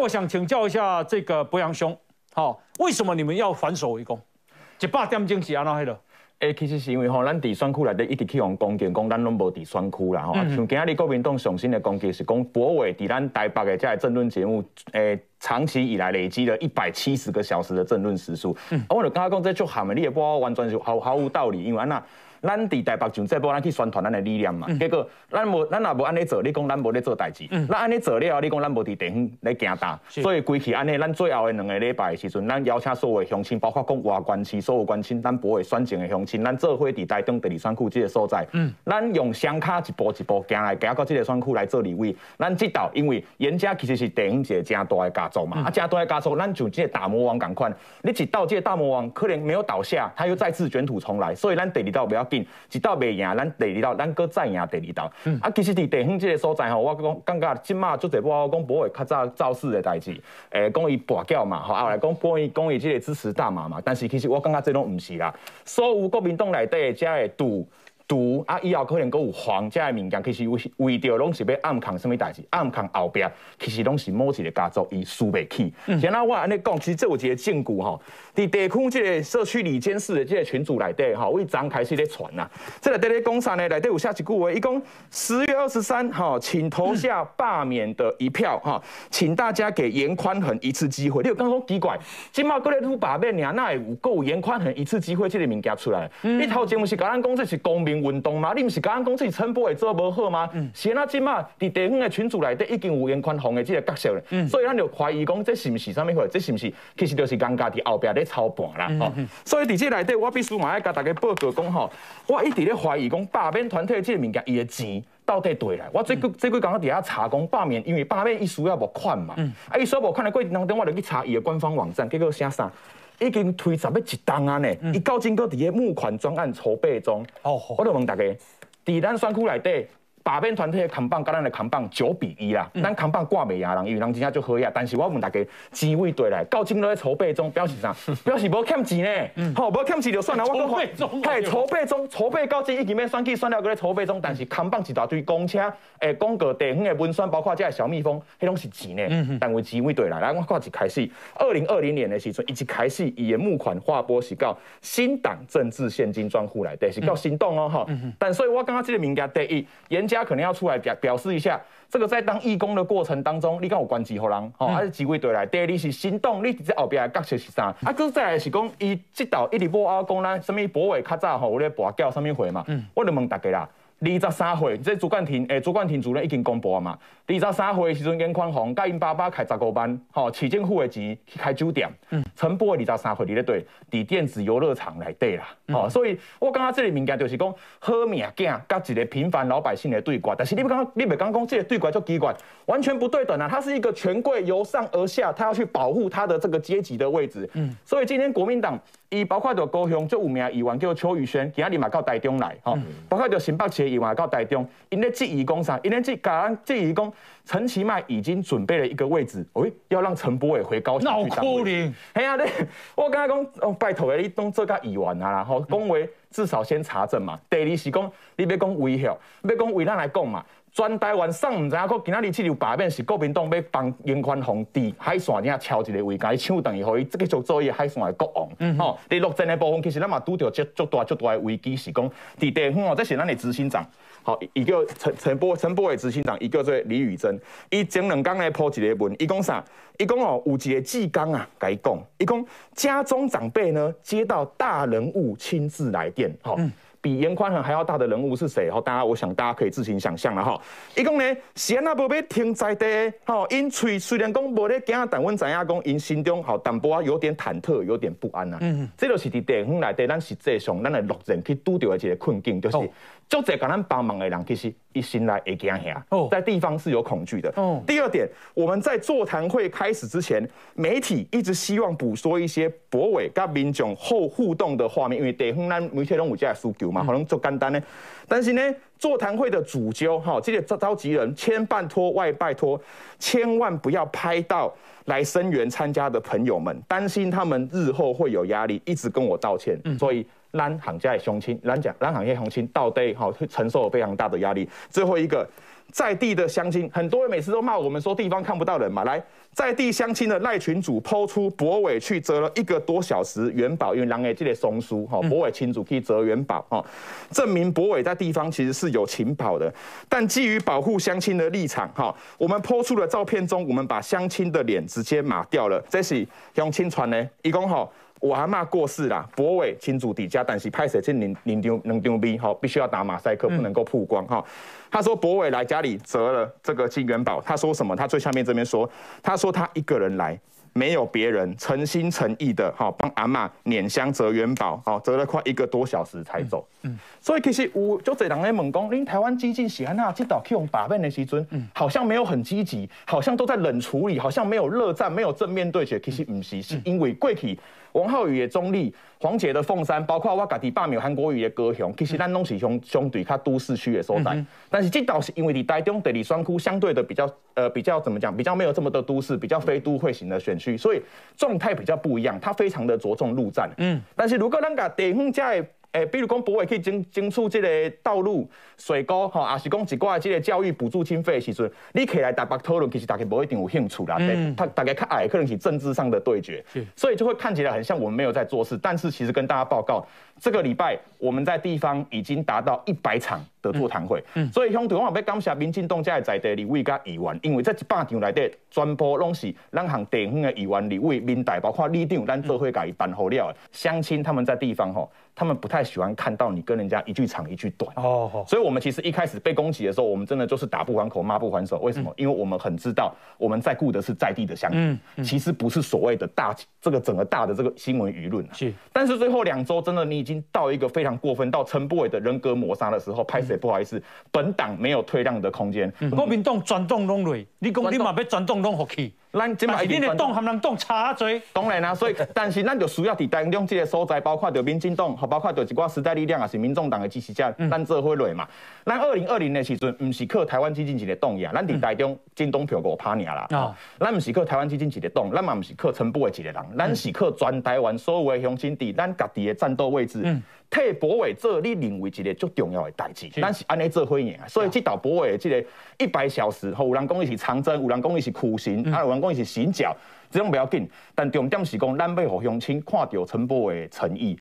我想请教一下这个博洋兄，好，为什么你们要反守为攻？100点钟是安怎迄落？ 其实是因为咱伫选区内底一直去用攻击，讲咱拢无伫选区啦吼。像今日国民党上新的攻击是讲博伟伫咱台北的这政论节目，长期以来累积了170个小时的政论时数。我就感觉讲这足含的，你也不知道完全是毫无道理，因为安那。咱伫台北上这波，咱去宣传咱的理念嘛。结果咱也无安尼做，你讲咱无咧做代志。咱安尼做了后，你讲咱无伫地方咧行大。所以规气安尼，咱最后的2个礼拜的时阵，咱邀请所有的乡亲，包括讲外关市所有关亲，咱博伟选前的乡亲，咱做伙伫台中第2选区这个所在。咱用双卡一步一步行来，行到这个选区来做立委。咱这道因为严家其实是地方一个真大的家族嘛，真大的家族，咱就这个大魔王同款。你一道这个大魔王可能没有倒下，他又再次卷土重来，所以咱第2道不要紧。一道袂赢，咱第2道，咱搁再赢第2道。其实伫地方这个所在吼，我感觉即马足侪我讲博伟较早造势的代志，讲伊跋筊嘛，后来讲伊这个支持大麻嘛，但是其实我感觉这拢唔是啦。所有国民党内底遮的毒以后可能阁有黄遮的物件，其实为着拢是要暗藏什么代志，暗藏后壁，其实拢是某一个家族伊输袂起。现在我安尼讲，其实这有一个证据吼，伫地区这个社区里监事的这个群组内底吼，为昨开始咧传啦。这内底咧讲啥呢？内底有写一句话，伊讲10月23号，请投下罢免的一票哈，请大家给严宽恒一次机会。你有刚讲奇怪，今麦搁咧愈罢免，哪会有严宽恒一次机会这个物件出来？你头前不是甲咱讲这是公民运动吗？你不是甲咱讲这是陈柏惟做无好吗？是那即马伫地方的群组内底已经有严宽宏的这个角色了，所以咱就怀疑讲这是不是啥物货？这是不是其实就是人家伫后壁咧操盘啦？所以伫这内底我必须嘛要甲大家报告讲吼，我一直咧怀疑讲罢免团体这个物件伊的钱。到底对来？我这几工底下查讲罢免，因为罢免伊需要募款嘛，伊需要募款的过程当中，我就去查伊的官方网站，结果写啥？已经推10要1档啊呢！伊到今搁伫个募款专案筹备中。我就问大家，伫咱选区内底。罢免团体的扛棒跟咱的扛棒9比1啦，咱扛棒挂袂赢人，因为人真正就好呀。但是我问大家，钱位对来，到今都在筹备中，表示啥？表示无欠钱呢。好，无欠钱就算了。我筹备中， 筹备中，筹备到今已经要选举选了，搁咧筹备中。但是扛棒一大堆公车，广告地方的文宣，包括这个小蜜蜂，迄拢是钱呢。但为钱位对来，我看一开始，2020年的时阵，一开始伊的募款划拨是到新党政治现金专户来，是到行动哦哈。但所以我感觉这个物件第一，严家可能要出来表示一下，这个在当义工的过程当中，你敢有关机互人，还是机会对来？第二，你是行动，你在后边的角色是啥？搁再来是讲，伊这道一直无讲咱什么博伟较早吼有咧跋筊什么会嘛？我就问大家啦。23岁，这朱冠廷主任已经公布啊嘛。23岁的时阵，严宽宏甲因爸爸开15万，市政府的钱去开酒店。陈柏惟23岁，伫咧对，伫电子游乐场内底啦。所以我感觉这个物件就是讲好命囝甲一个平凡老百姓的对决。但是你袂讲这个对决就奇怪，完全不对等啊！他是一个权贵由上而下，他要去保护他的这个阶级的位置。所以今天国民党。伊包括着高雄最有名议员叫邱宇轩，今仔日嘛到台中来，包括着新北市的议员到台中，因咧质疑讲啥？因咧质疑讲陈其迈已经准备了一个位置，要让陈柏惟回高雄去当委员。嘿啊，我刚才讲，拜托你当做个议员啊啦，讲话至少先查证嘛。第二是讲，你要讲威胁，要讲为咱来讲嘛。全台湾上唔知影，今仔日这场罢免是国民党要帮严宽宏伫海线顶敲一个位，甲伊抢等于互伊继续做伊海线的国王。第陆战的部分，其实咱嘛拄到足大的危机，是讲伫地方这是咱的执行长，伊叫陈柏惟执行长，伊叫做李宇珍。伊前2天咧抛一个文，伊讲啥？伊讲有一个技刚啊，甲伊讲，伊讲家中长辈呢接到大人物亲自来电，比严宽恒还要大的人物是谁？我想大家可以自行想象了哈。伊讲呢，是安那无要听在地，因嘴虽然讲无咧惊，但阮知影讲因心中淡薄有点忐忑，有点不安啊。这就是伫地方内底，咱实际上咱的路人去拄到的一个困境，就是足侪甲咱帮忙的人，其实一心来会惊吓，在地方是有恐惧的。第二点，我们在座谈会开始之前，媒体一直希望捕捉一些柏惟跟民众互动的画面，因为地方咱媒体拢有这个需求嘛，可能做简单呢。但是呢，座谈会的主揪这个召集人千拜托万拜托，千万不要拍到来声援参加的朋友们，担心他们日后会有压力，一直跟我道歉。所以。咱行家的乡亲，咱行业乡亲到底会承受非常大的压力。最后一个， 在地的乡亲，很多人每次都骂我们说地方看不到人嘛。来，在地乡亲的赖群主抛出柏伟去折了1个多小时元宝，因为人的这个松书哈，柏伟亲主可以折元宝哈，证明柏伟在地方其实是有情报的。但基于保护乡亲的立场哈，我们抛出的照片中，我们把乡亲的脸直接码掉了。这是乡亲传的，伊讲吼。我阿嬷过世啦，柏伟亲祖底家，但是拍摄这两张逼哈，必须要打马赛克，不能够曝光哈。他说柏伟来家里折了这个金元宝，他说什么？他最下面这边说，他说他一个人来。没有别人，诚心诚意的哈帮阿嬷捻香折元宝，好折了快1个多小时才走。所以其实有就这人在问讲，恁台湾激进是安那这道去用把柄的时阵，好像没有很积极，好像都在冷处理，好像没有热战，没有正面对决。其实不是，是因为过去王浩宇的中立，黄捷的凤山，包括我家己罢免韩国瑜的高雄，其实咱拢是相对较都市区的所在。但是这倒是因为你台中第二选区相对的比较怎么讲，比较没有这么的都市，比较非都会型的选区，所以状态比较不一样，它非常的着重陆战。但是如果咱甲地方这的比如讲，柏伟去争取这个道路、水沟，哈，也是讲一寡这个教育补助经费的时阵，你起来台北讨论，其实大家不一定有兴趣啦。大家较爱可能是政治上的对决，所以就会看起来很像我们没有在做事，但是其实跟大家报告，这个礼拜我们在地方已经达到100场的座谈会，所以乡长我要感谢民进党这在地立委甲议员，因为这100场内底全部拢是咱行地方的议员、立委、民代，包括里长，咱做伙甲伊办好了。乡亲他们在地方吼。他们不太喜欢看到你跟人家一句长一句短所以我们其实一开始被攻击的时候，我们真的就是打不还口，骂不还手。为什么？因为我们很知道我们在顾的是在地的乡亲，其实不是所谓的这个整个大的这个新闻舆论。但是最后2周真的你已经到一个非常过分，到陈柏伟的人格抹杀的时候，拍谁不好意思，本党没有退让的空间。 国民党全党拢落，你讲你嘛要全党拢服气？但是你的党和人党差多。 当然啦，所以但是咱就需要伫台中这个所在，包括着民进党，包括着一寡时代力量，也是民众党的支持者，咱做伙落嘛。咱2020的时阵，唔是靠台湾基进一个党呀，咱伫台中进党票5%尔啦。咱唔是靠台湾基进一个党，咱嘛唔是靠陈柏伟一个人，咱是靠全台湾所有的乡亲伫咱家己的战斗位置。替柏伟做你认为一个最重要的代志，咱是安尼做伙赢，所以这道柏伟的这个100小时，有人讲伊是长征，有人讲伊是苦行，有人讲伊是行脚，这种不要紧。但重点是讲，咱要互乡亲看到陈柏伟的诚意，